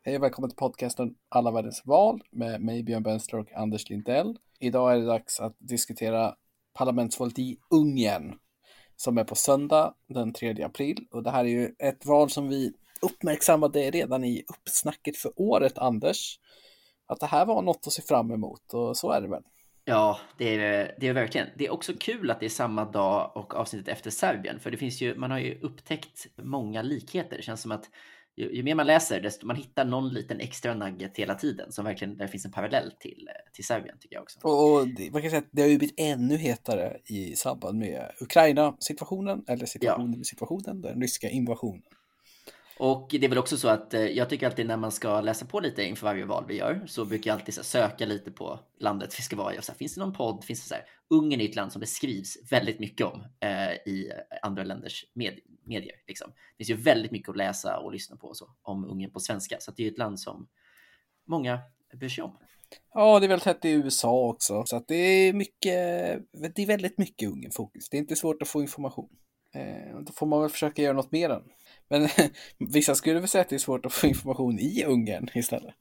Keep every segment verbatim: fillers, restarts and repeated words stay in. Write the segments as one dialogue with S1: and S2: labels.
S1: Hej och välkommen till podcasten Alla världens val med mig Björn Benster och Anders Lindell. Idag är det dags att diskutera parlamentsvalet i Ungern som är på söndag den tredje april. Och det här är ju ett val som vi uppmärksammade redan i uppsnacket för året, Anders. Att det här var något att se fram emot, och så är det väl.
S2: Ja, det är det är verkligen. Det är också kul att det är samma dag och avsnittet efter Serbien, för det finns ju, man har ju upptäckt många likheter. Det känns som att ju, ju mer man läser, desto man hittar någon liten extra nugget hela tiden som verkligen, där finns en parallell till, till Serbien, tycker jag också.
S1: Och det, man kan säga att det har ju blivit ännu hetare i samband med Ukraina-situationen, eller situationen med situationen, den ryska invasionen.
S2: Och det är väl också så att eh, jag tycker alltid när man ska läsa på lite inför varje val vi gör, så brukar jag alltid så här, söka lite på landet vi ska vara i. Och så här, finns det någon podd? Finns det så här, Ungern är ett land som det skrivs väldigt mycket om eh, i andra länders med, medier. Liksom. Det finns ju väldigt mycket att läsa och lyssna på och så, om Ungern på svenska. Så det är ett land som många bryr sig om.
S1: Ja, det är väl tätt i U S A också. Så att det är mycket, det är väldigt mycket Ungern-fokus. Det är inte svårt att få information. Eh, då får man väl försöka göra något mer än. Men vissa skulle väl säga att det är svårt att få information i Ungern istället.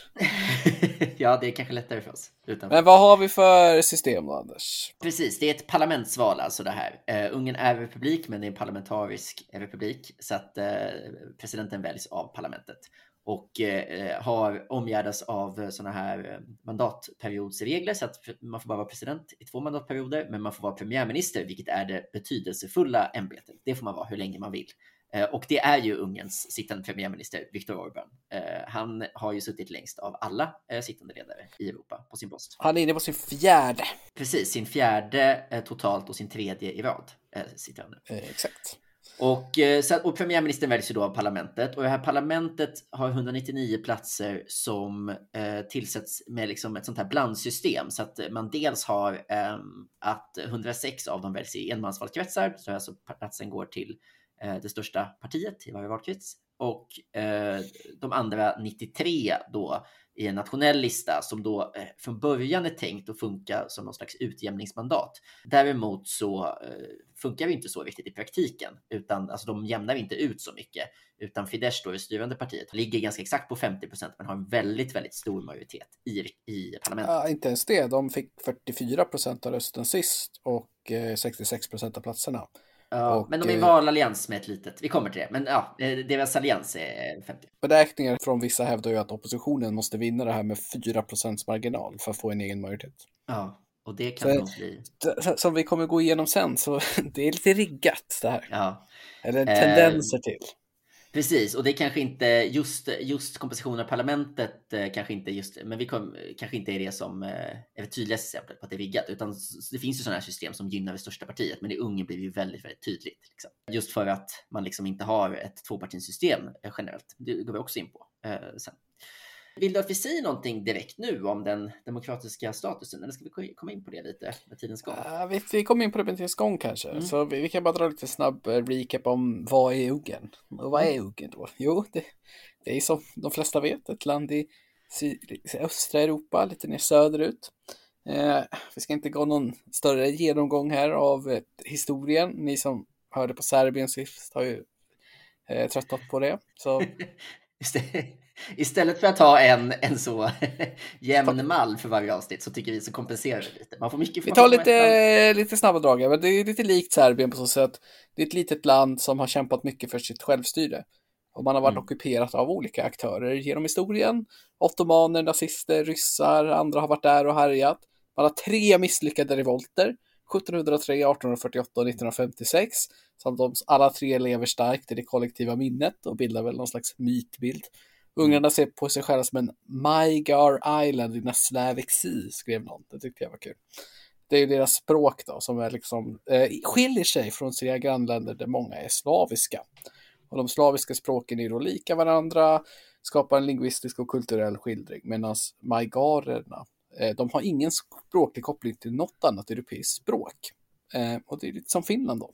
S2: Ja, det är kanske lättare för oss. Utanför.
S1: Men vad har vi för system då, Anders?
S2: Precis, det är ett parlamentsval alltså det här. Uh, Ungern är republik, men det är en parlamentarisk republik. Så att uh, presidenten väljs av parlamentet. Och uh, har omgärdas av sådana här mandatperiodsregler. Så att man får bara vara president i två mandatperioder. Men man får vara premiärminister, vilket är det betydelsefulla ämbetet. Det får man vara hur länge man vill. Och det är ju Ungerns sittande premiärminister Viktor Orbán. Han har ju suttit längst av alla sittande ledare i Europa på sin post.
S1: Han är inne på sin fjärde.
S2: Precis, sin fjärde totalt och sin tredje i rad sitter han nu.
S1: Eh, exakt.
S2: Och, och premiärministern väljs ju då av parlamentet. Och det här parlamentet har etthundranittionio platser som eh, tillsätts med liksom ett sånt här blandsystem. Så att man dels har eh, att hundrasex av dem väljs i enmansvalkretsar. Så alltså platsen går till det största partiet i varje valkrets, och eh, de andra nittiotre då i en nationell lista som då eh, från början är tänkt att funka som någon slags utjämningsmandat. Däremot så eh, funkar det inte så riktigt i praktiken, utan alltså, de jämnar inte ut så mycket, utan Fidesz då, det styrande partiet, ligger ganska exakt på femtio procent men har en väldigt, väldigt stor majoritet i, i parlamentet.
S1: Ja, inte ens det. De fick fyrtiofyra procent av rösten sist och eh, sextiosex procent av platserna.
S2: Ja, och, men de är en valallians med ett litet. Vi kommer till det. Men ja, deras allians är femtio.
S1: Beräkningar från vissa hävdar ju att oppositionen måste vinna det här med fyra procents marginal för att få en egen majoritet.
S2: Ja, och det kan nog bli...
S1: Som vi kommer gå igenom sen, så det är lite riggat det här.
S2: Ja.
S1: Eller tendenser eh... till.
S2: Precis, och det är kanske inte just, just kompositionen av parlamentet eh, kanske inte just, men vi kom, kanske inte är det som eh, är det tydligaste exemplet på att det är riggat, utan det finns ju sådana här system som gynnar det största partiet, men i Ungern blir det ju väldigt, väldigt tydligt. Liksom. Just för att man liksom inte har ett tvåpartisystem eh, generellt. Det går vi också in på eh, sen. Vill du att vi säger någonting direkt nu om den demokratiska statusen, eller ska vi komma in på det lite med tidens gång?
S1: Uh, vi, vi kommer in på det med tidens gång kanske. Mm. Så vi, vi kan bara dra lite snabb recap om vad är Ungern. Och vad är Ungern då? Jo, det, det är som de flesta vet ett land i sy- östra Europa, lite ner söderut. Uh, vi ska inte gå någon större genomgång här av uh, historien. Ni som hörde på Serbien sist har ju uh, tröttat på det. Så...
S2: Just det. Istället för att ha en, en så jämn mall för varje avsnitt, så tycker vi så kompenserar det lite. Man får mycket.
S1: Vi tar lite, lite snabba drag, men det är lite likt Serbien på så sätt. Det är ett litet land som har kämpat mycket för sitt självstyre. Och man har varit mm. ockuperat av olika aktörer genom historien. Ottomaner, nazister, ryssar, andra har varit där och härjat. Man har tre misslyckade revolter. sjuttonhundratre, artonhundrafyrtioåtta och nittonhundrafemtiosex. Som de alla tre lever starkt i det kollektiva minnet och bildar väl någon slags mytbild. Ungrarna ser på sig själva som en Mygar Island i Slavic Sea, skrev någon. Det tyckte jag var kul. Det är ju deras språk då som är liksom, eh, skiljer sig från sina grannländer där många är slaviska. Och de slaviska språken är då lika varandra, skapar en lingvistisk och kulturell skildring. Medan Mygarerna, eh, de har ingen språklig koppling till något annat europeiskt språk. Eh, och det är lite som Finland då.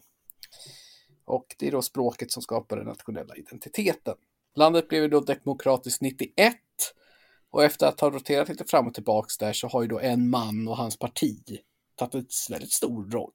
S1: Och det är då språket som skapar den nationella identiteten. Landet blev då demokratiskt nittioett, och efter att ha roterat lite fram och tillbaks där så har ju då en man och hans parti tagit en väldigt stor roll.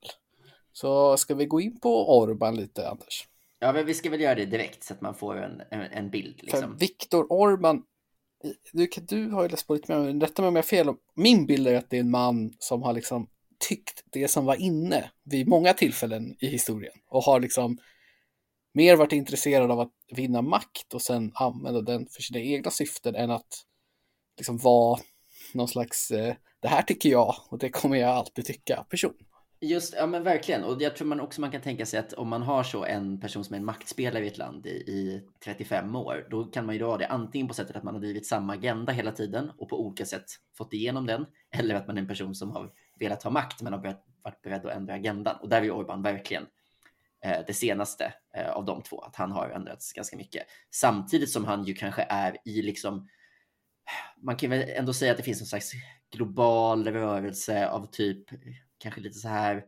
S1: Så ska vi gå in på Orbán lite, Anders?
S2: Ja, men vi ska väl göra det direkt så att man får en, en, en bild. Liksom.
S1: För Viktor Orbán Du, du har ju läst på lite mer, men rätta mig om jag har fel. Min bild är att det är en man som har liksom tyckt det som var inne vid många tillfällen i historien och har liksom mer varit intresserad av att vinna makt och sen använda den för sina egna syften än att liksom vara någon slags, eh, det här tycker jag och det kommer jag alltid tycka person.
S2: Just, ja men verkligen. Och jag tror man också man kan tänka sig att om man har så en person som är en maktspelare i ett land i, i trettiofem år, då kan man ju ha det antingen på sättet att man har drivit samma agenda hela tiden och på olika sätt fått igenom den, eller att man är en person som har velat ha makt men har börjat, varit beredd att ändra agendan. Och där är Orbán verkligen eh, det senaste eh, av de två, att han har ändrats ganska mycket. Samtidigt som han ju kanske är i liksom, man kan väl ändå säga att det finns en slags global rörelse av typ kanske lite så här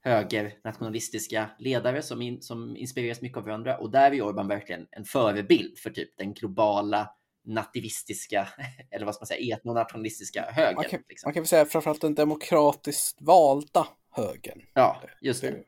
S2: högernationalistiska ledare som, in, som inspireras mycket av varandra. Och där är Orbán verkligen en förebild för typ den globala nativistiska, eller vad ska man säga, etnonationalistiska högern.
S1: Man kan,
S2: liksom.
S1: man kan väl säga framförallt den demokratiskt valda högern.
S2: Ja, just det.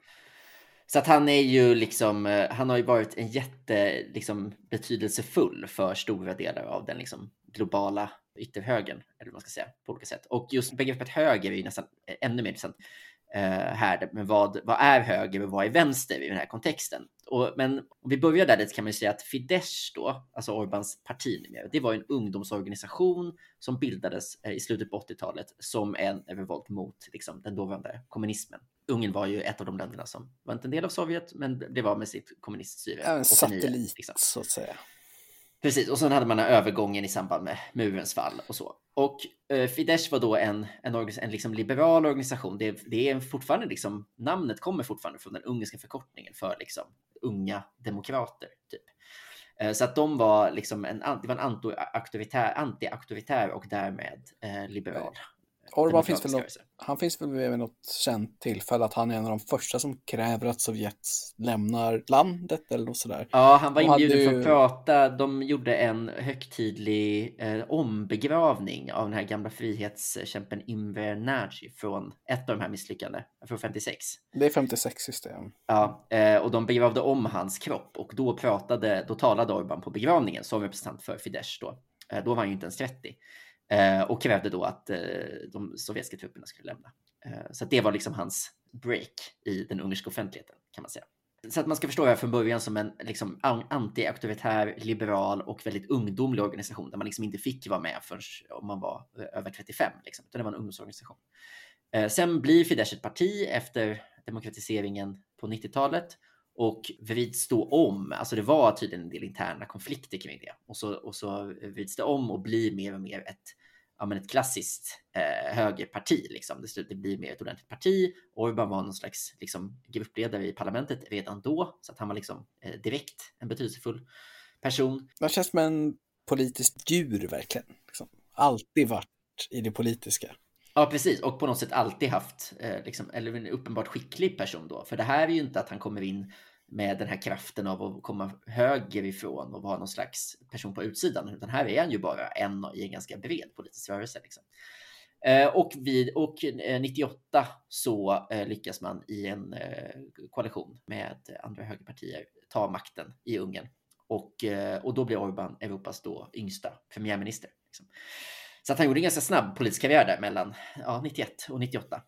S2: Så att han är ju liksom, han har ju varit en jätte liksom, betydelsefull för stora delar av den liksom, globala ytterhögern, eller vad man ska säga, på olika sätt. Och just begreppet höger är ju nästan ännu mer intressant uh, här. Men vad, vad är höger och vad är vänster i den här kontexten? Och, men om vi börjar där lite kan man ju säga att Fidesz då, alltså Orbáns parti numera, det var en ungdomsorganisation som bildades uh, i slutet på åttiotalet som en revolt mot liksom, den dåvarande kommunismen. Ungern var ju ett av de länderna som var inte en del av Sovjet, men det var med sitt kommuniststyre.
S1: En satellit, liksom. Så att säga.
S2: Precis, och sen hade man övergången i samband med murens fall och så. Och eh, Fidesz var då en, en, organis- en liksom liberal organisation. Det, det är fortfarande liksom, namnet kommer fortfarande från den ungerska förkortningen för liksom unga demokrater, typ. Eh, så att de var liksom en, det var en anti-auktoritär, anti-auktoritär och därmed eh, liberal.
S1: Orbán finns väl något, han finns väl med något känt tillfälle att han är en av de första som kräver att Sovjet lämnar landet eller något sådär.
S2: Ja, han var inbjuden
S1: hade...
S2: för att prata. De gjorde en högtidlig eh, ombegravning av den här gamla frihetskämpen Enver Nagy från ett av de här misslyckandena, från femtiosex.
S1: Det är femtiosex system.
S2: Ja, eh, och de begravde om hans kropp och då pratade, då talade Orbán på begravningen som representant för Fidesz då. Eh, då var han ju inte ens trettio. Uh, och krävde då att uh, de sovjetiska trupperna skulle lämna. Uh, så att det var liksom hans break i den ungerska offentligheten, kan man säga. Så att man ska förstå det här från början som en liksom, anti-auktoritär, liberal och väldigt ungdomlig organisation där man liksom inte fick vara med förrän om man var över trettiofem. Liksom. Det var en ungdomsorganisation. Uh, sen blir Fidesz ett parti efter demokratiseringen på nittiotalet och vrids då om, alltså det var tydligen en del interna konflikter kring det. Och så, och så vrids det om och blir mer och mer ett, ja, men ett klassiskt eh, högerparti. Liksom. Det, det blir mer ett ordentligt parti. Orbán var någon slags liksom, gruppledare i parlamentet redan då. Så att han var liksom, eh, direkt en betydelsefull person.
S1: Det känns som en politisk djur verkligen. Liksom. Alltid varit i det politiska.
S2: Ja, precis. Och på något sätt alltid haft, eh, liksom, eller en uppenbart skicklig person då. För det här är ju inte att han kommer in med den här kraften av att komma höger ifrån och vara någon slags person på utsidan. Utan här är han ju bara en i en ganska bred politisk rörelse. Liksom. Eh, och, vid, och eh, nittioåtta så eh, lyckas man i en eh, koalition med andra högerpartier ta makten i Ungern. Och, eh, och då blir Orbán Europas då yngsta premiärminister. Liksom. Så att han gjorde en ganska snabb politisk karriär där mellan ja, nittioett och nittioåtta.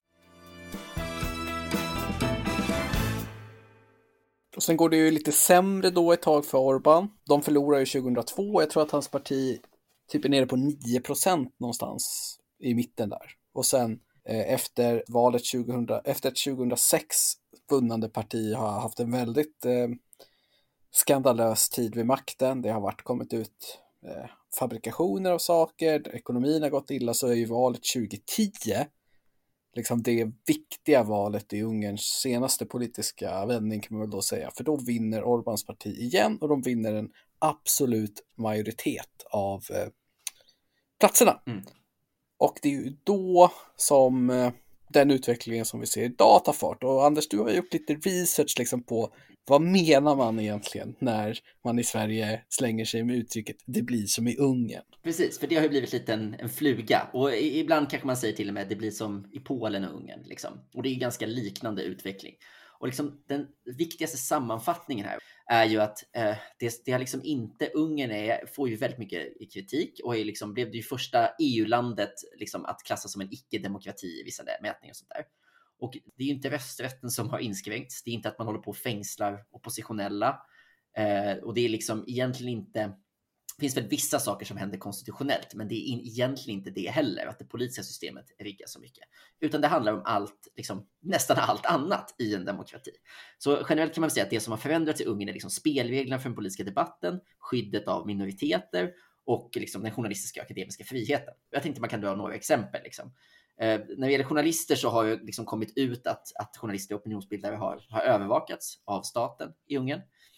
S1: Och sen går det ju lite sämre då ett tag för Orbán. De förlorar ju tjugohundratvå. Jag tror att hans parti typ är nere på nio procent någonstans i mitten där. Och sen eh, efter valet tjugohundra, efter ett tjugohundrasex vunnande parti har haft en väldigt eh, skandalös tid vid makten. Det har varit kommit ut eh, fabrikationer av saker. Ekonomin har gått illa, så är ju valet tjugohundratio liksom det viktiga valet i Ungerns senaste politiska vändning, kan man väl då säga. För då vinner Orbáns parti igen och de vinner en absolut majoritet av eh, platserna. Mm. Och det är ju då som eh, den utvecklingen som vi ser idag tar fart. Och Anders, du har gjort lite research liksom på vad menar man egentligen när man i Sverige slänger sig med uttrycket det blir som i Ungern.
S2: Precis, för det har ju blivit lite en, en fluga. Och ibland kanske man säger till och med det blir som i Polen och Ungern. Liksom. Och det är ju ganska liknande utveckling. Och liksom den viktigaste sammanfattningen här är ju att eh, det, det har liksom inte, Ungern är, får ju väldigt mycket kritik och är liksom, blev det ju första E U-landet liksom att klassas som en icke-demokrati i vissa mätningar och sånt där. Och det är ju inte rösträtten som har inskränkts, det är inte att man håller på och fängslar oppositionella. Eh, och det är liksom egentligen inte, det finns väl vissa saker som händer konstitutionellt, men det är in, egentligen inte det heller, att det politiska systemet riggar så mycket. Utan det handlar om allt, liksom, nästan allt annat i en demokrati. Så generellt kan man säga att det som har förändrats i Ungern är liksom spelreglerna för den politiska debatten, skyddet av minoriteter och liksom den journalistiska och akademiska friheten. Jag tänkte man kan dra några exempel. Liksom. Eh, när det gäller journalister så har det liksom kommit ut att, att journalister och opinionsbildare har, har övervakats av staten i Ungern.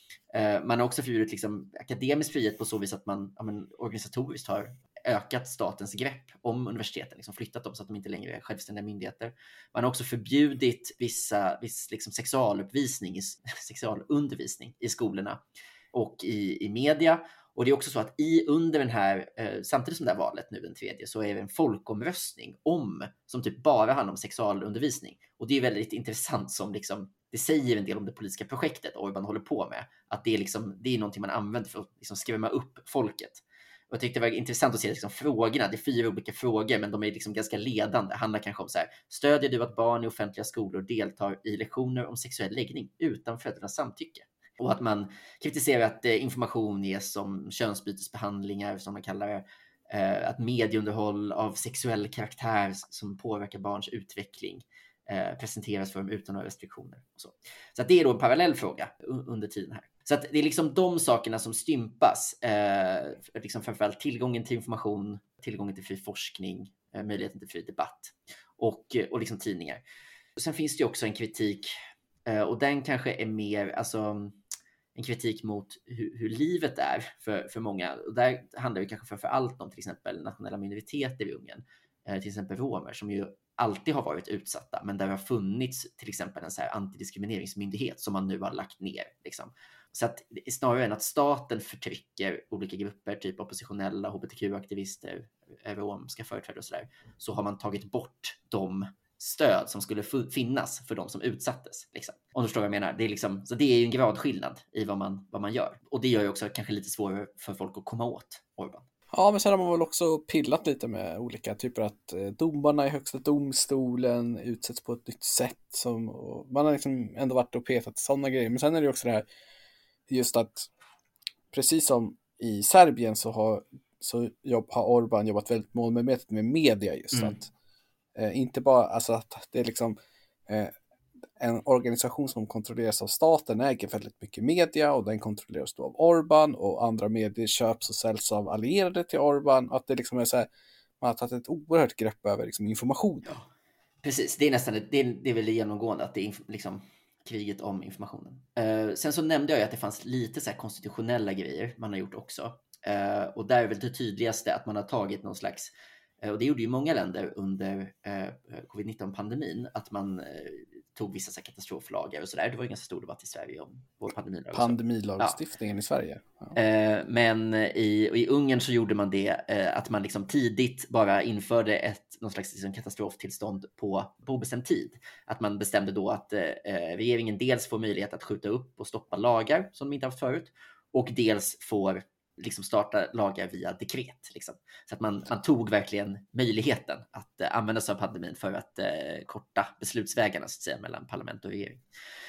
S2: Man har också förbjudit liksom akademisk frihet på så vis att man ja, men, organisatoriskt har ökat statens grepp om universiteten, liksom flyttat dem så att de inte längre är självständiga myndigheter. Man har också förbjudit vissa, viss liksom sexualuppvisning, sexualundervisning i skolorna och i, i media. Och det är också så att i under den här, eh, samtidigt som det här valet nu den tredje, så är det en folkomröstning om, som typ bara handlar om sexualundervisning. Och det är väldigt intressant som liksom, det säger en del om det politiska projektet Orbán håller på med. Att det är, liksom, det är någonting man använder för att liksom skrämma upp folket. Och jag tyckte det var intressant att se liksom frågorna. Det är fyra olika frågor, men de är liksom ganska ledande. Det handlar kanske om så här: stödjer du att barn i offentliga skolor deltar i lektioner om sexuell läggning utan föräldrarnas samtycke? Och att man kritiserar att eh, information ges om könsbytesbehandlingar, som man kallar det. Eh, att medieunderhåll av sexuell karaktär som påverkar barns utveckling eh, presenteras för dem utan några restriktioner. Och så så att det är då en parallell fråga under tiden här. Så att det är liksom de sakerna som stympas. Eh, liksom framförallt tillgången till information, tillgången till fri forskning, eh, möjligheten till fri debatt och, och liksom tidningar. Och sen finns det ju också en kritik, eh, och den kanske är mer, alltså en kritik mot hur, hur livet är för, för många. Och där handlar det kanske framför allt om till exempel nationella minoriteter i Ungern. Eh, till exempel romer som ju alltid har varit utsatta, men där det har funnits till exempel en så här antidiskrimineringsmyndighet som man nu har lagt ner. Liksom. Så att snarare än att staten förtrycker olika grupper, typ oppositionella, H B T Q-aktivister, romska företrädare och sådär, så har man tagit bort de stöd som skulle finnas för de som utsattes. Liksom. Om du förstår vad jag menar. Det är, liksom, så det är ju en gradskillnad i vad man, vad man gör. Och det gör ju också kanske lite svårare för folk att komma åt Orbán.
S1: Ja, men sen har man väl också pillat lite med olika typer att eh, domarna i högsta domstolen utsätts på ett nytt sätt. Som, och man har liksom ändå varit och petat sådana grejer. Men sen är det också det här just att precis som i Serbien så har, så jobb, har Orbán jobbat väldigt målmedvetet med media just mm. att eh, inte bara alltså att det är liksom eh, en organisation som kontrolleras av staten äger väldigt mycket media och den kontrolleras då av Orbán och andra medier köps och säljs av allierade till Orbán. Att det liksom är så här, man har tagit ett oerhört grepp över liksom information.
S2: Ja, precis, det är nästan det är, det är väl genomgående att det är liksom kriget om informationen. Uh, sen så nämnde jag ju att det fanns lite så här konstitutionella grejer man har gjort också. Uh, och där är väl det tydligaste att man har tagit någon slags, uh, och det gjorde ju många länder under uh, covid nitton-pandemin, att man uh, tog vissa så här katastroflagar och sådär. Det var ju en ganska stor debatt i Sverige om vår pandemilag.
S1: Pandemilagstiftningen ja. i Sverige. Ja.
S2: Uh, men i, i Ungern så gjorde man det uh, att man liksom tidigt bara införde ett någon slags liksom, katastroftillstånd på, på obestämd tid. Att man bestämde då att uh, regeringen dels får möjlighet att skjuta upp och stoppa lagar som de inte haft förut, och dels får liksom starta lagar via dekret. Liksom. Så att man, man tog verkligen möjligheten att uh, använda sig av pandemin för att uh, korta beslutsvägarna så att säga, mellan parlament och regering.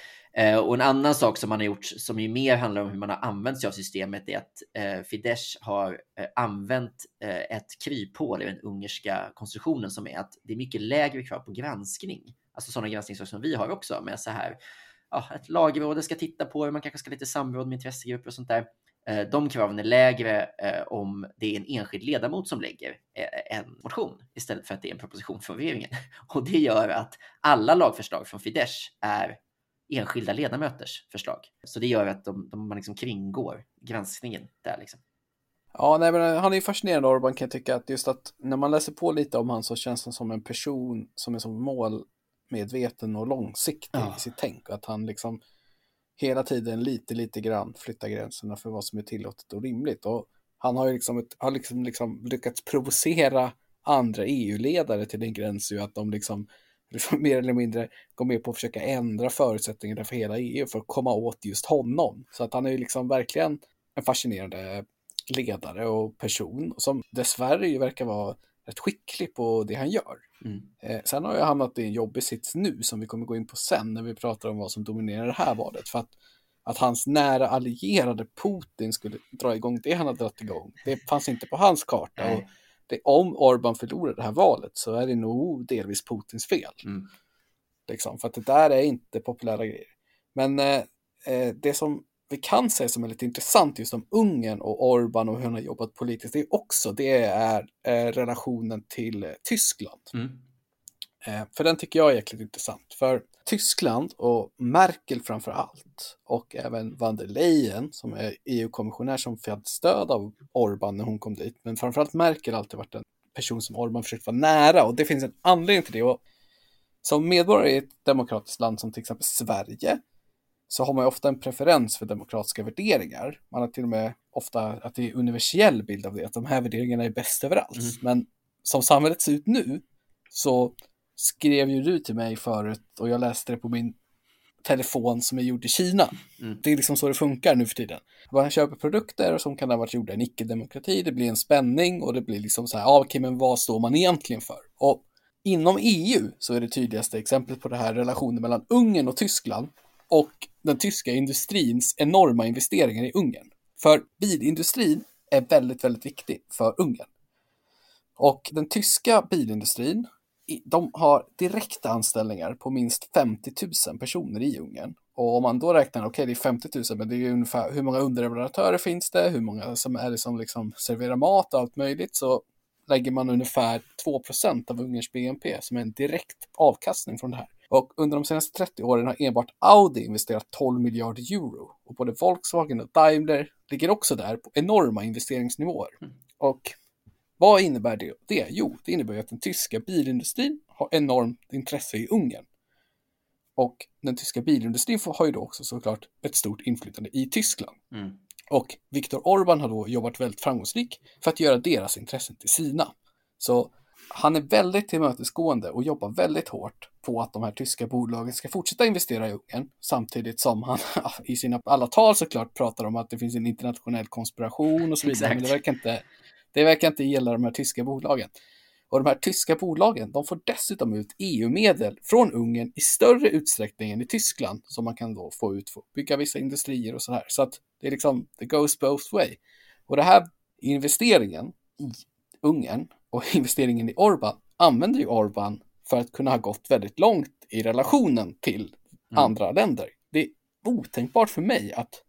S2: Uh, och en annan sak som man har gjort som ju mer handlar om hur man har använt sig av systemet är att uh, Fidesz har uh, använt uh, ett kryphål i den ungerska konstitutionen som är att det är mycket lägre krav på granskning. Alltså sådana granskningar som vi har också med så här, ja, ett lagråd ska titta på hur man kanske ska lite samråd med intressegrupper och sånt där. De kraven är lägre eh, om det är en enskild ledamot som lägger eh, en motion istället för att det är en proposition från regeringen. Och det gör att alla lagförslag från Fidesz är enskilda ledamöters förslag. Så det gör att de, de, man liksom kringgår granskningen där liksom.
S1: Ja, nej, men han är ju fascinerande, Orbán, kan jag tycka, att just att när man läser på lite om han så känns han som en person som är så målmedveten och långsiktig ja. i sitt tänk. Att han liksom hela tiden lite, lite grann flyttar gränserna för vad som är tillåtet och rimligt. Och han har ju liksom, ett, har liksom, liksom lyckats provocera andra E U-ledare till en gräns ju att de liksom liksom mer eller mindre gå med på att försöka ändra förutsättningarna för hela E U för att komma åt just honom. Så att han är ju liksom verkligen en fascinerande ledare och person som dessvärre ju verkar vara rätt skicklig på det han gör.
S2: Mm.
S1: Eh, sen har jag hamnat i en jobbig sits nu som vi kommer gå in på sen när vi pratar om vad som dominerar det här valet. För att, att hans nära allierade Putin skulle dra igång det han har dragit igång, det fanns inte på hans karta.
S2: Nej.
S1: Och det, om Orbán förlorar det här valet så är det nog delvis Putins fel.
S2: Mm.
S1: Liksom, för att det där är inte populära grejer. Men eh, eh, det som vi kan säga som är lite intressant just om Ungern och Orbán och hur han har jobbat politiskt, det är också det är eh, relationen till eh, Tyskland.
S2: Mm.
S1: Eh, för den tycker jag är jäkligt intressant. För Tyskland och Merkel framför allt och även van der Leyen som är E U-kommissionär som fick stöd av Orbán när hon kom dit. Men framförallt Merkel har alltid varit en person som Orbán försökt vara nära och det finns en anledning till det. Och som medborgare i ett demokratiskt land som till exempel Sverige så har man ju ofta en preferens för demokratiska värderingar. Man har till och med ofta att det är en universell bild av det, att de här värderingarna är bäst överallt. Mm. Men som samhället ser ut nu så skrev ju du till mig förut och jag läste det på min telefon som är gjord i Kina. Mm. Det är liksom så det funkar nu för tiden. Man köper produkter som kan ha varit gjorda i en icke-demokrati, det blir en spänning och det blir liksom så här, ah, okej, men vad står man egentligen för? Och inom E U så är det tydligaste exemplet på det här relationen mellan Ungern och Tyskland och den tyska industrins enorma investeringar i Ungern. För bilindustrin är väldigt, väldigt viktig för Ungern. Och den tyska bilindustrin, de har direkta anställningar på minst femtio tusen personer i Ungern. Och om man då räknar, okej okay, det är femtio tusen, men det är ju ungefär hur många underleverantörer finns det, hur många som är det som liksom serverar mat och allt möjligt, så lägger man ungefär två procent av Ungerns B N P som är en direkt avkastning från det här. Och under de senaste trettio åren har enbart Audi investerat tolv miljarder euro. Och både Volkswagen och Daimler ligger också där på enorma investeringsnivåer. Mm. Och vad innebär det? det? Jo, det innebär att den tyska bilindustrin har enormt intresse i Ungern. Och den tyska bilindustrin har ju då också såklart ett stort inflytande i Tyskland. Mm. Och Viktor Orbán har då jobbat väldigt framgångsrik för att göra deras intressen till sina. Så han är väldigt tillmötesgående och jobbar väldigt hårt på att de här tyska bolagen ska fortsätta investera i Ungern. Samtidigt som han i sina alla tal såklart pratar om att det finns en internationell konspiration och så vidare. Men det verkar inte, det verkar inte gälla de här tyska bolagen. Och de här tyska bolagen, de får dessutom ut E U-medel från Ungern i större utsträckning än i Tyskland. Som man kan då få ut för att bygga vissa industrier och så här. Så att det är liksom, det goes both way. Och det här investeringen i Ungern och investeringen i Orbán använder ju Orbán för att kunna ha gått väldigt långt i relationen till mm. andra länder. Det är otänkbart för mig att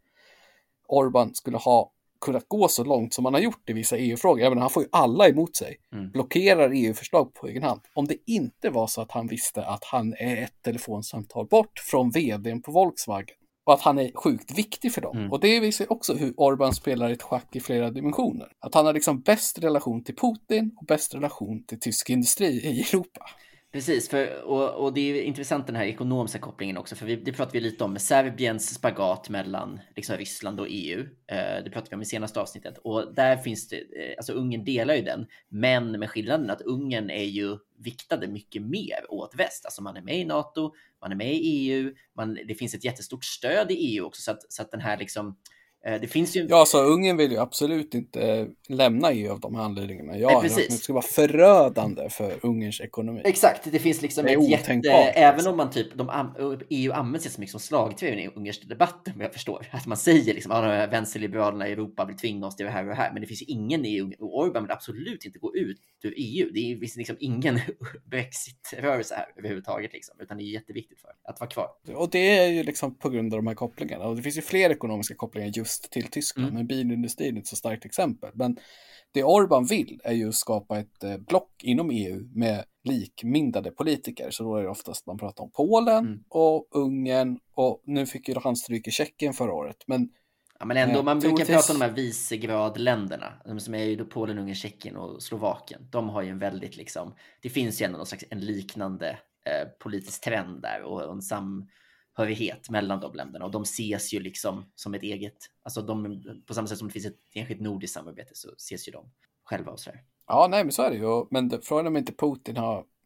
S1: Orbán skulle ha kunnat gå så långt som man har gjort i vissa E U-frågor. Även han får ju alla emot sig. Mm. Blockerar E U-förslag på egen hand. Om det inte var så att han visste att han är ett telefonsamtal bort från vdn på Volkswagen. Och att han är sjukt viktig för dem. Mm. Och det visar också hur Orbán spelar ett schack i flera dimensioner. Att han har liksom bäst relation till Putin och bäst relation till tysk industri i Europa.
S2: Precis, för, och, och det är intressant den här ekonomiska kopplingen också, för vi, det pratar vi lite om med Serbiens spagat mellan liksom, Ryssland och E U. Eh, det pratar vi om i senaste avsnittet. Och där finns det, eh, alltså Ungern delar ju den, men med skillnaden att Ungern är ju viktade mycket mer åt väst. Alltså man är med i NATO, man är med i E U, man, det finns ett jättestort stöd i E U också, så att, så att den här liksom det finns ju...
S1: Ja, så Ungern vill ju absolut inte lämna E U av de här anledningarna. Ja, Nej, det ska vara förödande för Ungerns ekonomi.
S2: Exakt, det finns liksom det ett jätte... Även om man typ, de, E U används så mycket som slagträ i ungerska debatten, om jag förstår. Att man säger liksom, att vänsterliberalerna i Europa vill tvinga oss till det här och det här. Men det finns ju ingen i Ungern, och Orbán vill absolut inte gå ut ur E U. Det finns liksom ingen Brexit-rörelse här överhuvudtaget, liksom, utan det är jätteviktigt för att vara kvar.
S1: Och det är ju liksom på grund av de här kopplingarna. Och det finns ju fler ekonomiska kopplingar just till Tyskland, mm. men bilindustrin är ett så starkt exempel. Men det Orbán vill är ju skapa ett eh, block inom E U med likmindade politiker. Så då är det oftast man pratar om Polen mm. och Ungern, och nu fick ju han stryk i Tjeckien förra året. Men,
S2: ja, men ändå, eh, man brukar tills... prata om de här vicegradländerna, de som är ju då Polen, Ungern, Tjeckien och Slovakien. De har ju en väldigt liksom, det finns ju ändå någon slags en liknande eh, politisk trend där och en sam hörighet mellan de länderna, och de ses ju liksom som ett eget, alltså de, på samma sätt som det finns ett enskilt nordiskt samarbete så ses ju de själva och sådär.
S1: Ja, nej, men så är det ju, men det, frågan är om inte Putin har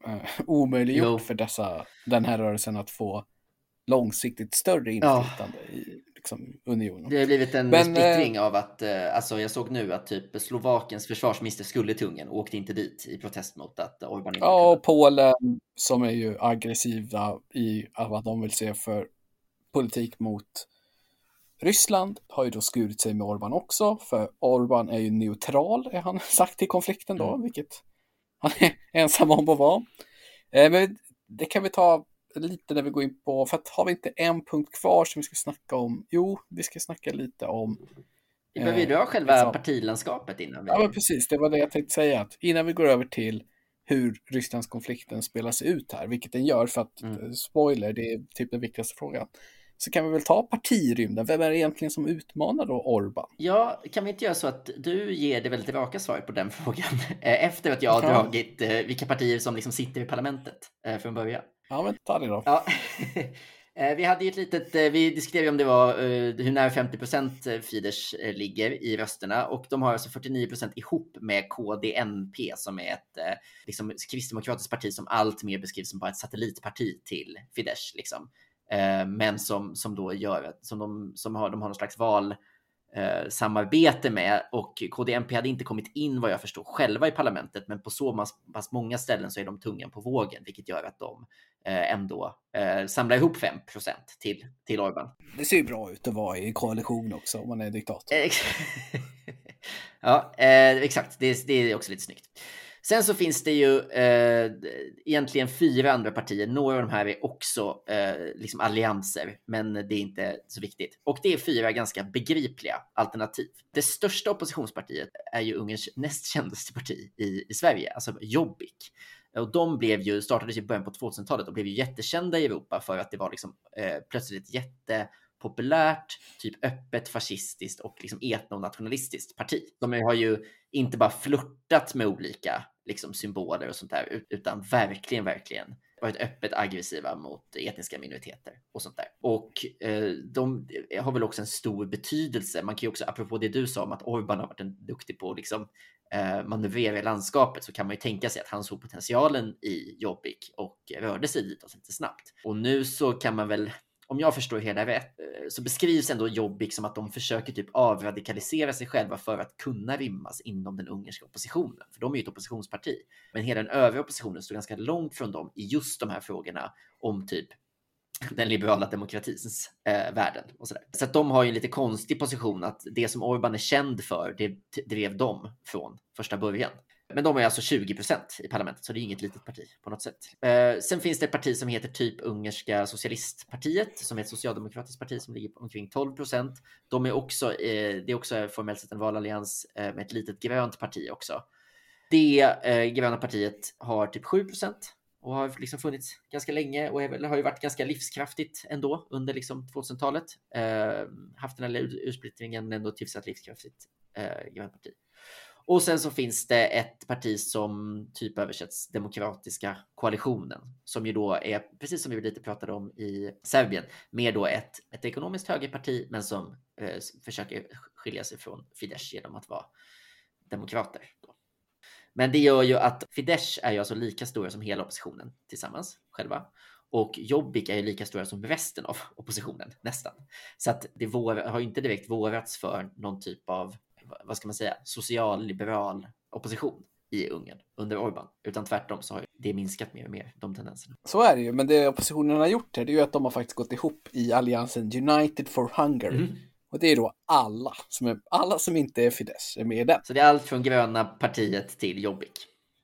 S1: eh, omöjliggjort
S2: Jo.
S1: för dessa, den här rörelsen att få långsiktigt större inflytande ja. i liksom, unionen.
S2: Det har blivit en
S1: Men,
S2: splittring eh, av att, eh, alltså jag såg nu att typ Slovakiens försvarsminister skulle till Ungern och åkte inte dit i protest mot att Orbán inte
S1: Ja,
S2: kunde.
S1: och Polen som är ju aggressiva i att de vill se för politik mot Ryssland har ju då skurit sig med Orbán också, för Orbán är ju neutral, är han sagt i konflikten då, mm. vilket han är ensam om att vara. Eh, men det kan vi ta lite när vi går in på, för att har vi inte en punkt kvar som vi ska snacka om? Jo, vi ska snacka lite om...
S2: Vi behöver ju dra själva liksom, partilandskapet innan vi...
S1: Ja, men precis, det var det jag tänkte säga, att innan vi går över till hur Rysslands konflikten spelar sig ut här, vilket den gör, för att, mm. spoiler, det är typ den viktigaste frågan. Så kan vi väl ta partirymden. Vem är det egentligen som utmanar då Orbán?
S2: Ja, kan vi inte göra så att du ger det väldigt raka svar på den frågan efter att jag har ja. dragit eh, vilka partier som liksom sitter i parlamentet eh, från början?
S1: Ja, men ta det då.
S2: Ja. Vi hade ju ett litet, vi diskuterade om det var uh, hur nära femtio procent Fidesz uh, ligger i rösterna, och de har alltså fyrtionio procent ihop med K D N P som är ett uh, liksom, kristdemokratiskt parti som allt mer beskrivs som bara ett satellitparti till Fidesz liksom. Uh, men som, som då gör, som de, som har, de har någon slags val Uh, samarbete med, och K D M P hade inte kommit in vad jag förstår själva i parlamentet, men på så mass, mass många ställen så är de tungan på vågen, vilket gör att de uh, ändå uh, samlar ihop fem procent till, till Orbán.
S1: Det ser ju bra ut att vara i koalition också om man är diktator.
S2: Ja, uh, exakt, det, det är också lite snyggt. Sen så finns det ju eh, egentligen fyra andra partier. Några av de här är också eh, liksom allianser, men det är inte så viktigt. Och det är fyra ganska begripliga alternativ. Det största oppositionspartiet är ju Ungerns näst kändaste parti i, i Sverige, alltså Jobbik. Och de blev ju, startades i början på tvåtusentalet och blev ju jättekända i Europa för att det var liksom eh, plötsligt jätte... populärt, typ öppet fascistiskt och liksom etnonationalistiskt parti. De har ju inte bara flirtat med olika liksom, symboler och sånt där, utan verkligen, verkligen varit öppet aggressiva mot etniska minoriteter och sånt där. Och eh, de har väl också en stor betydelse. Man kan ju också, apropå det du sa om att Orbán har varit en duktig på liksom, eh, manövrera i landskapet, så kan man ju tänka sig att han såg potentialen i Jobbik och rörde sig ditåt lite snabbt. Och nu så kan man väl, om jag förstår hela rätt, så beskrivs ändå Jobbik som att de försöker typ avradikalisera sig själva för att kunna rymmas inom den ungerska oppositionen. För de är ju ett oppositionsparti. Men hela den övriga oppositionen står ganska långt från dem i just de här frågorna om typ den liberala demokratins eh, världen och sådär. Så att de har ju en lite konstig position, att det som Orbán är känd för, det drev dem från första början. Men de är alltså tjugo procent i parlamentet, så det är inget litet parti på något sätt. Eh, sen finns det ett parti som heter typ Ungerska socialistpartiet, som är ett socialdemokratiskt parti som ligger på omkring tolv procent. De är också, eh, det är också formellt sett en valallians eh, med ett litet grönt parti också. Det eh, gröna partiet har typ sju procent och har liksom funnits ganska länge och är, har ju varit ganska livskraftigt ändå under liksom tvåtusentalet. Eh, haft den här ursplittringen, men ändå tillsatt livskraftigt eh, grönt parti. Och sen så finns det ett parti som typ översätts Demokratiska koalitionen, som ju då är, precis som vi lite pratade om i Serbien, mer då ett, ett ekonomiskt högerparti, men som eh, försöker skilja sig från Fidesz genom att vara demokrater då. Men det gör ju att Fidesz är ju alltså lika stora som hela oppositionen tillsammans själva. Och Jobbik är ju lika stora som resten av oppositionen, nästan. Så att det vår, har ju inte direkt vårats för någon typ av, vad ska man säga, social-liberal opposition i Ungern under Orbán. Utan tvärtom så har det minskat mer och mer, de tendenserna.
S1: Så är det ju, men det oppositionen har gjort här, det är ju att de har faktiskt gått ihop i alliansen United for Hungary. Mm. Och det är då alla som, är, alla som inte är Fidesz är med i den.
S2: Så det är allt från gröna partiet till Jobbik.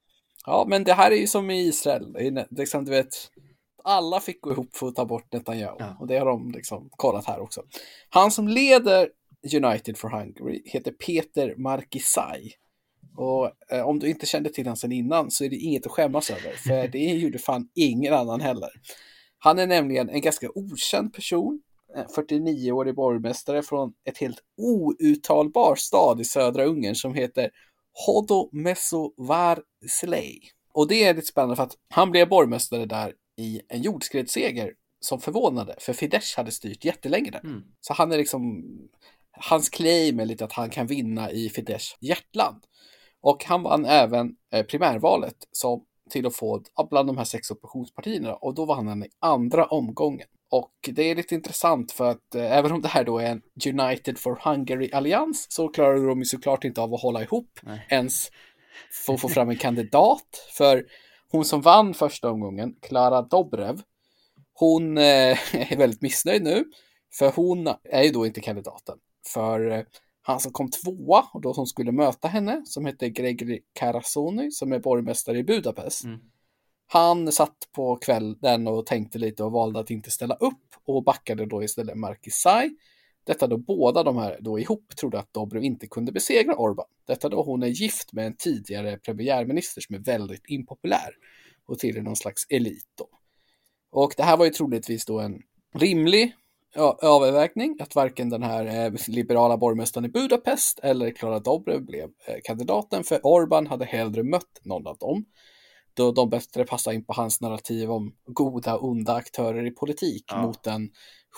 S1: Ja, men det här är ju som i Israel. Det är liksom, du vet, alla fick gå ihop för att ta bort Netanyahu. Ja. Och det har de liksom kollat här också. Han som leder United for Hungary heter Peter Markizaj. Och eh, om du inte kände till honom sedan innan så är det inget att skämmas över. För det gjorde fan ingen annan heller. Han är nämligen en ganska okänd person. fyrtionio-årig borgmästare från ett helt outtalbar stad i södra Ungern som heter Hodomezővárosliget. Och det är lite spännande för att han blev borgmästare där i en jordskredsseger som förvånade, för Fidesz hade styrt jättelänge där. Mm. Så han är liksom, hans claim är lite att han kan vinna i Fidesz hjärtland. Och han vann även primärvalet som till att få bland de här sex oppositionspartierna, och då vann han i andra omgången. Och det är lite intressant för att eh, även om det här då är en United for Hungary-allians så klarar de ju såklart inte av att hålla ihop
S2: Nej.
S1: ens för att få fram en kandidat. För hon som vann första omgången, Klara Dobrev, hon eh, är väldigt missnöjd nu, för hon är ju då inte kandidaten. För eh, han som kom tvåa och då som skulle möta henne, som heter Gregory Karasony, som är borgmästare i Budapest. Mm. Han satt på kvällen och tänkte lite och valde att inte ställa upp och backade då istället Marki-Sai. Detta då båda de här då ihop trodde att Dobrev inte kunde besegra Orbán. Detta då hon är gift med en tidigare premiärminister som är väldigt impopulär och till någon slags elit då. Och det här var ju troligtvis då en rimlig övervägning att varken den här eh, liberala borgmästaren i Budapest eller Klara Dobrev blev eh, kandidaten, för Orbán hade hellre mött någon av dem, då de bättre passar in på hans narrativ om goda och onda aktörer i politik ja. mot en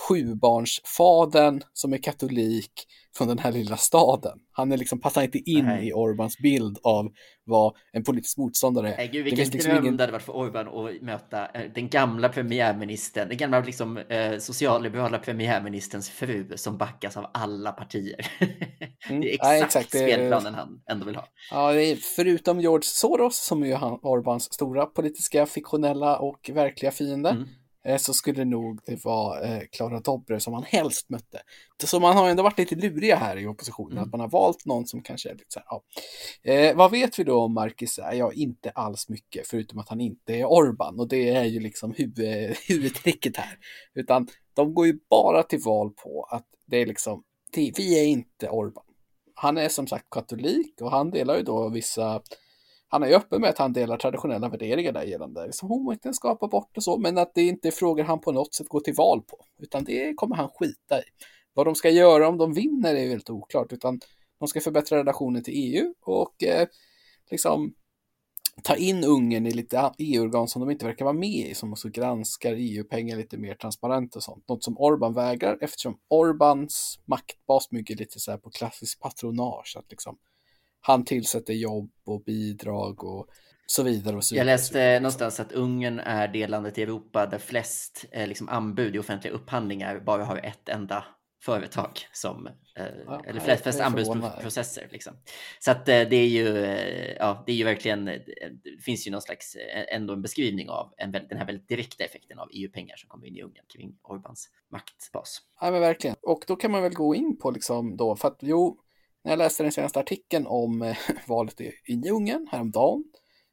S1: sjubarnsfadern som är katolik från den här lilla staden. Han är liksom, passar inte in Nej. i Orbáns bild av vad en politisk motståndare är.
S2: Nej, gud, vilken det liksom dröm ingen... det hade varit för Orbán att möta den gamla premiärministern, den gamla liksom, eh, socialliberala premiärministerns fru som backas av alla partier. Mm. Det är exakt, ja, exakt spelplanen han ändå vill ha.
S1: Ja, det är, förutom George Soros som är han, Orbáns stora politiska, fiktionella och verkliga fiende. Mm. Så skulle nog det vara eh, Klara Dobrev som man helst mötte. Så man har ändå varit lite luriga här i oppositionen. Mm. Att man har valt någon som kanske är lite så här, ja. Eh, vad vet vi då om Marki-Sai? Ja, inte alls mycket. Förutom att han inte är Orbán. Och det är ju liksom huvud, huvudtricket här. Utan de går ju bara till val på att det är liksom, det, vi är inte Orbán. Han är som sagt katolik och han delar ju då vissa... Han är ju öppen med att han delar traditionella värderingar där gällande som homoäktenskap, abort och så, men att det inte är frågor han på något sätt går till val på, utan det kommer han skita i. Vad de ska göra om de vinner är ju väldigt oklart, utan de ska förbättra relationen till E U och eh, liksom ta in Ungern i lite E U-organ som de inte verkar vara med i, som också granskar E U-pengar lite mer transparent och sånt. Något som Orbán vägrar, eftersom Orbáns maktbas bygger lite så här på klassisk patronage, att liksom han tillsätter jobb och bidrag och så vidare och så vidare.
S2: Jag läste någonstans att Ungern är det landet i Europa där flest eh, liksom anbud i offentliga upphandlingar bara har ett enda företag som, eh, ja, eller flest, flest anbudsprocesser. Liksom. Så att eh, det är ju, eh, ja, det är ju verkligen, det finns ju någon slags, eh, ändå en beskrivning av en, den här väldigt direkta effekten av E U-pengar som kommer in i Ungern kring Orbáns maktbas.
S1: Ja, men verkligen. Och då kan man väl gå in på liksom då, för att jo, när jag läste den senaste artikeln om eh, valet i, i Ungern häromdagen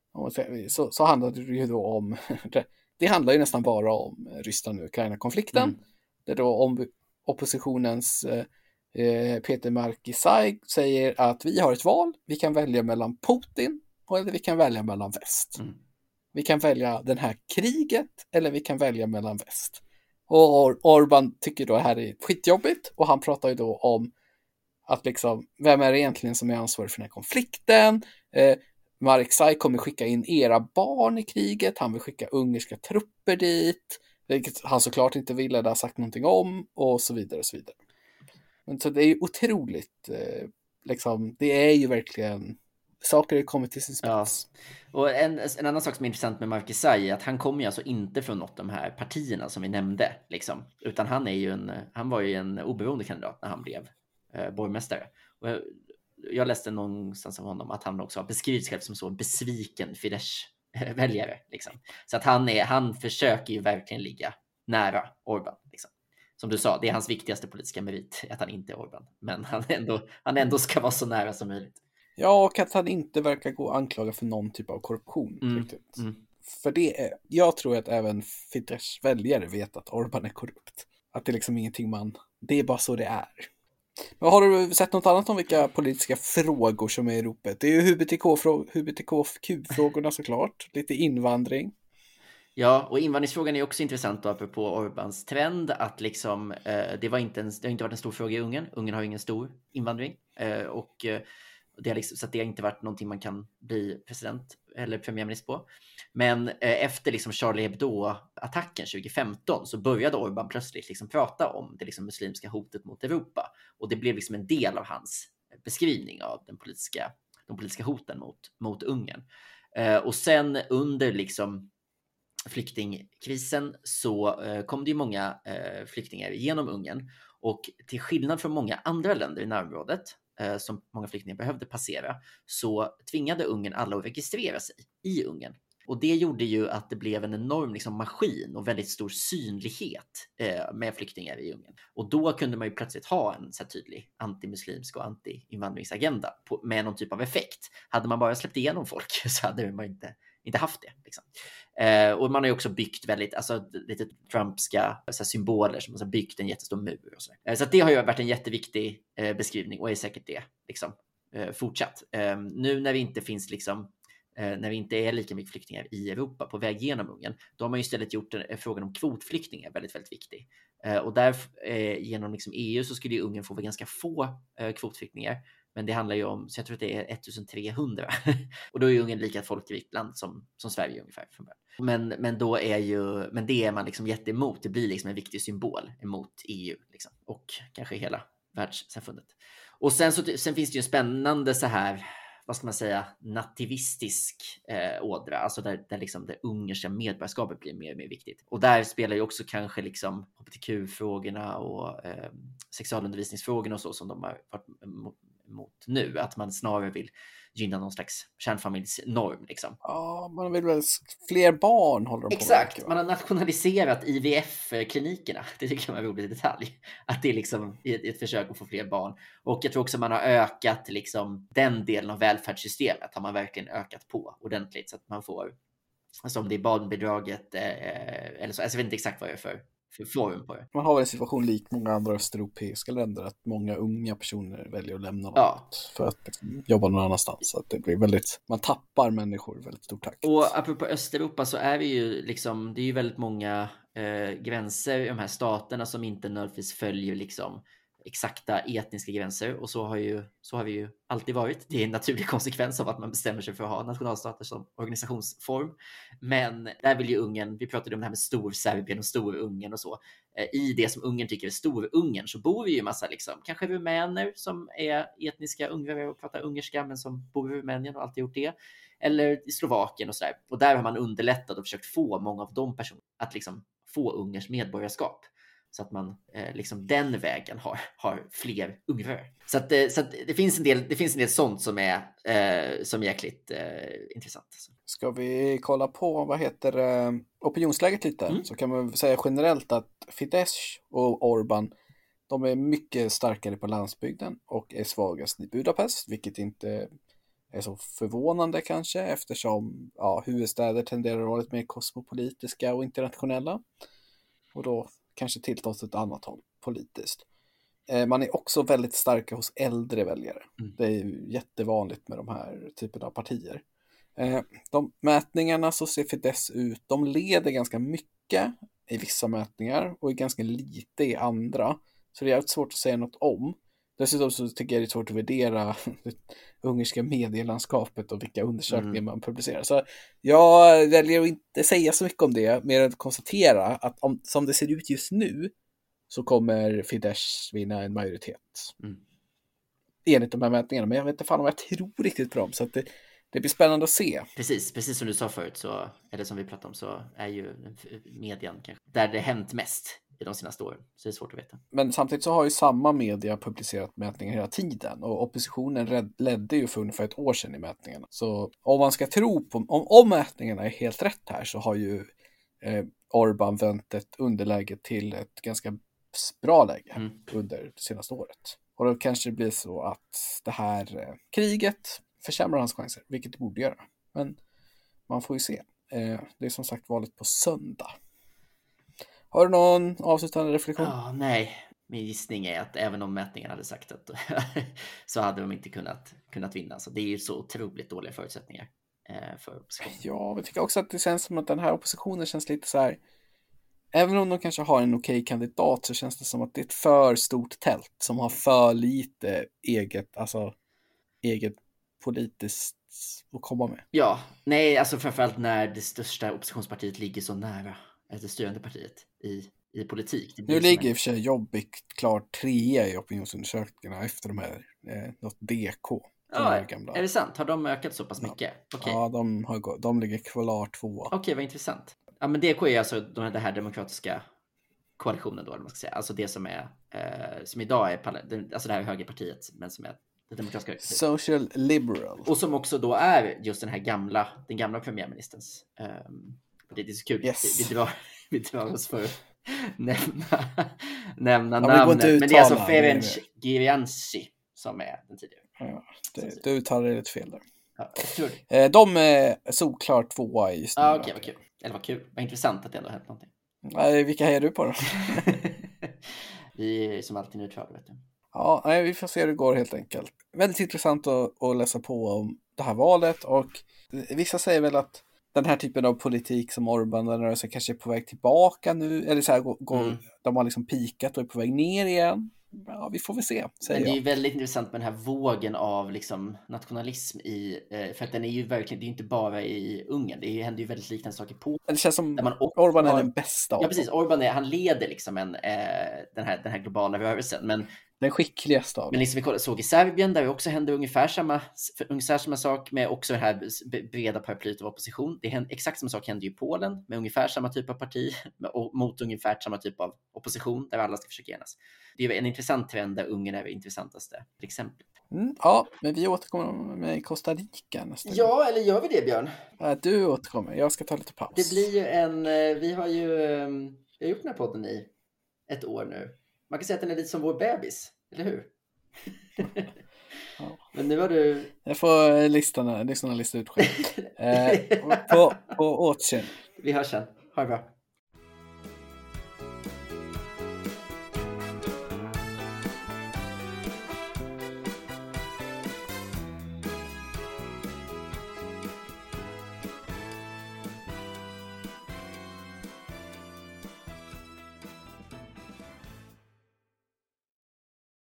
S1: så, så handlade det ju då om det handlar ju nästan bara om Ryssland och Ukraina-konflikten. Mm. Det är då om oppositionens eh, Peter Marki-Sai säger att vi har ett val, vi kan välja mellan Putin eller vi kan välja mellan väst. Mm. Vi kan välja den här kriget eller vi kan välja mellan väst. Och Or- Orbán tycker då det här är skitjobbigt och han pratar ju då om att liksom, vem är det egentligen som är ansvarig för den här konflikten? Eh, Marki-Sai kommer skicka in era barn i kriget. Han vill skicka ungerska trupper dit. Vilket han såklart inte ville, det har sagt någonting om. Och så vidare och så vidare. Men så det är ju otroligt. Eh, liksom, det är ju verkligen... Saker har kommit till sin spets.
S2: Ja. Och en, en annan sak som är intressant med Marki-Sai är att han kommer ju alltså inte från något av de här partierna som vi nämnde. Liksom. Utan han, är ju en, han var ju en oberoende kandidat när han blev eh, borgmästare. Och jag, jag läste någonstans av honom att han också har beskrivits själv som så besviken Fidesz-väljare. Liksom. Så att han, är, han försöker ju verkligen ligga nära Orbán. Liksom. Som du sa, det är hans viktigaste politiska merit att han inte är Orbán. Men han ändå, han ändå ska vara så nära som möjligt.
S1: Ja, och att han inte verkar gå anklaga för någon typ av korruption.
S2: Mm, mm.
S1: För det är, jag tror att även Fidesz väljare vet att Orbán är korrupt. Att det är liksom ingenting man, det är bara så det är. Men har du sett något annat om vilka politiska frågor som är i ropet? Det är ju H B T Q-frågorna såklart. Lite invandring.
S2: Ja, och invandringsfrågan är också intressant då, apropå Orbáns trend. Att liksom, eh, det, var inte en, det har inte varit en stor fråga i Ungern. Ungern har ju ingen stor invandring. Eh, och... Eh, Det har liksom, så att det har inte varit någonting man kan bli president eller premiärminister på. Men eh, efter liksom Charlie Hebdo-attacken tjugo femton så började Orbán plötsligt liksom prata om det liksom muslimska hotet mot Europa. Och det blev liksom en del av hans beskrivning av den politiska, de politiska hoten mot, mot Ungern. Eh, och sen under liksom flyktingkrisen så eh, kom det ju många eh, flyktingar genom Ungern, och till skillnad från många andra länder i närområdet eh, som många flyktingar behövde passera, så tvingade Ungern alla att registrera sig i Ungern. Och det gjorde ju att det blev en enorm liksom, maskin och väldigt stor synlighet eh, med flyktingar i Ungern. Och då kunde man ju plötsligt ha en så här tydlig antimuslimsk och anti-invandringsagenda på, med någon typ av effekt. Hade man bara släppt igenom folk så hade man inte, inte haft det. Liksom. Eh, och man har ju också byggt väldigt, alltså lite trumpska så här, symboler som har byggt en jättestor mur. Och så eh, så att det har ju varit en jätteviktig eh, beskrivning, och är säkert det liksom, eh, fortsatt. Eh, nu när vi inte finns liksom när vi inte är lika mycket flyktingar i Europa på väg genom Ungern, då har man ju istället gjort en, frågan om kvotflyktingar väldigt, väldigt viktig. Eh, och där eh, genom liksom E U så skulle ju Ungern få ganska få eh, kvotflyktingar, men det handlar ju om, så jag tror att det är ettusentrehundra. Och då är ju Ungern lika ett folkrikt land som, som Sverige ungefär. Men, men då är ju, men det är man liksom jätteemot. Det blir liksom en viktig symbol emot E U liksom, och kanske hela världssamfundet. Och sen, så, sen finns det ju en spännande så här, vad ska man säga, nativistisk eh, ådra, alltså där, där liksom det ungerska medborgarskapet blir mer och mer viktigt. Och där spelar ju också kanske liksom H B T Q-frågorna och eh, sexualundervisningsfrågorna och så som de har varit emot nu, att man snarare vill gynna någon slags kärnfamiljsnorm liksom.
S1: Ja, man vill väl fler barn håller de på.
S2: Exakt, med, man har nationaliserat I V F-klinikerna. Det tycker jag var roligt i detalj. Att det är liksom ett, ett försök att få fler barn. Och jag tror också man har ökat liksom den delen av välfärdssystemet, har man verkligen ökat på ordentligt, så att man får, alltså om det är barnbidraget eh, eller så, alltså jag vet inte exakt vad det är för för form på det.
S1: Man har väl en situation lik många andra östeuropeiska länder, att många unga personer väljer att lämna
S2: ja.
S1: något för att liksom, jobba någon annanstans. Så att det blir väldigt, man tappar människor väldigt stort takt.
S2: Och apropå Östeuropa så är vi ju liksom, det är ju väldigt många eh, gränser i de här staterna som inte nödvändigtvis följer liksom exakta etniska gränser, och så har, ju, så har vi ju alltid varit. Det är en naturlig konsekvens av att man bestämmer sig för att ha nationalstater som organisationsform. Men där vill ju Ungern, vi pratade om det här med Storserbien och Storungern och så. I det som Ungern tycker är Storungern så bor vi ju en massa liksom, kanske rumäner som är etniska ungrare och pratar ungerska men som bor i Rumänien och alltid gjort det. Eller i Slovakien och sådär. Och där har man underlättat och försökt få många av de personerna att liksom få Ungerns medborgarskap. Så att man eh, liksom den vägen har, har fler ungrare. Så, att, eh, så att det, finns en del, det finns en del sånt som är, eh, som är jäkligt eh, intressant.
S1: Ska vi kolla på, vad heter eh, opinionsläget lite? Mm. Så kan man säga generellt att Fidesz och Orbán, de är mycket starkare på landsbygden och är svagast i Budapest, vilket inte är så förvånande kanske, eftersom ja, huvudstäder tenderar att vara lite mer kosmopolitiska och internationella. Och då kanske tillta åt ett annat håll politiskt. Eh, man är också väldigt starka hos äldre väljare. Mm. Det är ju jättevanligt med de här typerna av partier. Eh, de mätningarna så ser Fidesz ut, de leder ganska mycket i vissa mätningar och är ganska lite i andra. Så det är svårt att säga något om. Dessutom så tycker jag det är svårt att värdera det ungerska medielandskapet och vilka undersökningar mm. man publicerar. Så jag väljer att inte säga så mycket om det, mer än att konstatera att om, som det ser ut just nu så kommer Fidesz vinna en majoritet. Mm. Enligt de här mätningarna, men jag vet inte fan om jag tror riktigt på dem, så att det, det blir spännande att se.
S2: Precis, precis som du sa förut, så, eller som vi pratade om, så är ju medien kanske där det hänt mest i de senaste åren, så det är svårt att veta.
S1: Men samtidigt så har ju samma media publicerat mätningar hela tiden, och oppositionen ledde ju för ungefär ett år sedan i mätningarna. Så om man ska tro på, om, om mätningarna är helt rätt här, så har ju eh, Orbán vänt ett underläge till ett ganska bra läge mm. under det senaste året. Och då kanske det blir så att det här eh, kriget försämrar hans chanser, vilket det borde göra. Men man får ju se. Eh, det är som sagt valet på söndag. Har du någon avslutande reflektion?
S2: Ja, nej. Min gissning är att även om mätningen hade sagt att så hade de inte kunnat, kunnat vinna. Så det är ju så otroligt dåliga förutsättningar eh, för oppositionen.
S1: Ja, jag tycker också att det känns som att den här oppositionen känns lite så här. Även om de kanske har en okej kandidat, så känns det som att det är ett för stort tält som har för lite eget, alltså eget politiskt att komma med.
S2: Ja, nej, alltså framförallt när det största oppositionspartiet ligger så nära det styrande partiet i, i politik. Det
S1: nu ligger i och för sig Jobbik klart trea i opinionsundersökningarna efter de här, eh, något D K.
S2: Ja,
S1: år gamla.
S2: är det sant? Har de ökat så pass mycket?
S1: Ja,
S2: Okej.
S1: ja de, har, de ligger kvar två.
S2: Okej, vad intressant. Ja, men D K är alltså den här demokratiska koalitionen då, eller man ska säga. Alltså det som är, eh, som idag är, alltså det här högerpartiet, men som är det demokratiska högerpartiet.
S1: Social liberal.
S2: Och som också då är just den här gamla, den gamla premiärministerns. Um, det är så kul.
S1: Yes.
S2: Vi, vi, drar, vi drar oss för att nämna, nämna
S1: ja,
S2: namnet. Men det är alltså Ferenc Gyvenci som är den tidigare.
S1: Ja, det, du uttalade lite fel där.
S2: Ja, tur.
S1: De är såklart tvåa just nu.
S2: Ja, okej, okay, vad kul. Eller vad kul. Vad intressant att det ändå har hänt någonting.
S1: Nej, vilka hejar du på då?
S2: Vi är som alltid neutrala, vet du.
S1: Ja, nej, vi får se hur det går helt enkelt. Väldigt intressant att, att läsa på om det här valet, och vissa säger väl att den här typen av politik som Orbán, den rörelsen kanske är på väg tillbaka nu, eller så här, går, mm. de har liksom pikat och är på väg ner igen. Ja, vi får väl se, säger
S2: Men det är
S1: jag.
S2: ju väldigt intressant med den här vågen av liksom nationalism i, för att den är ju verkligen, det är ju inte bara i Ungern, det händer ju väldigt liknande saker på.
S1: Det känns som man Orbán är den bästa av
S2: Ja, precis. Orbán är, han leder liksom en, eh, den, här, den här globala rörelsen, men
S1: den skickligaste av.
S2: Men liksom vi såg i Serbien där det också hände ungefär samma, ungefär samma sak med också det här breda paraplyet av opposition. Det hände, exakt samma sak hände i Polen med ungefär samma typ av parti och mot ungefär samma typ av opposition där alla ska försöka enas. Det är en intressant trend där Ungern är det intressantaste exemplet.
S1: Mm, ja, men vi återkommer med Costa Rica nästa
S2: Ja, gång. Eller gör vi det, Björn?
S1: Ja, du återkommer, jag ska ta lite paus.
S2: Det blir ju en, vi har ju vi har gjort den här podden i ett år nu. Man kan säga att den är lite som vår bebis, eller hur?
S1: Ja.
S2: Men nu har du...
S1: Jag får listan, lyssna lista ut själv. eh, på, på återseende.
S2: Vi hörs sen. Ha det bra.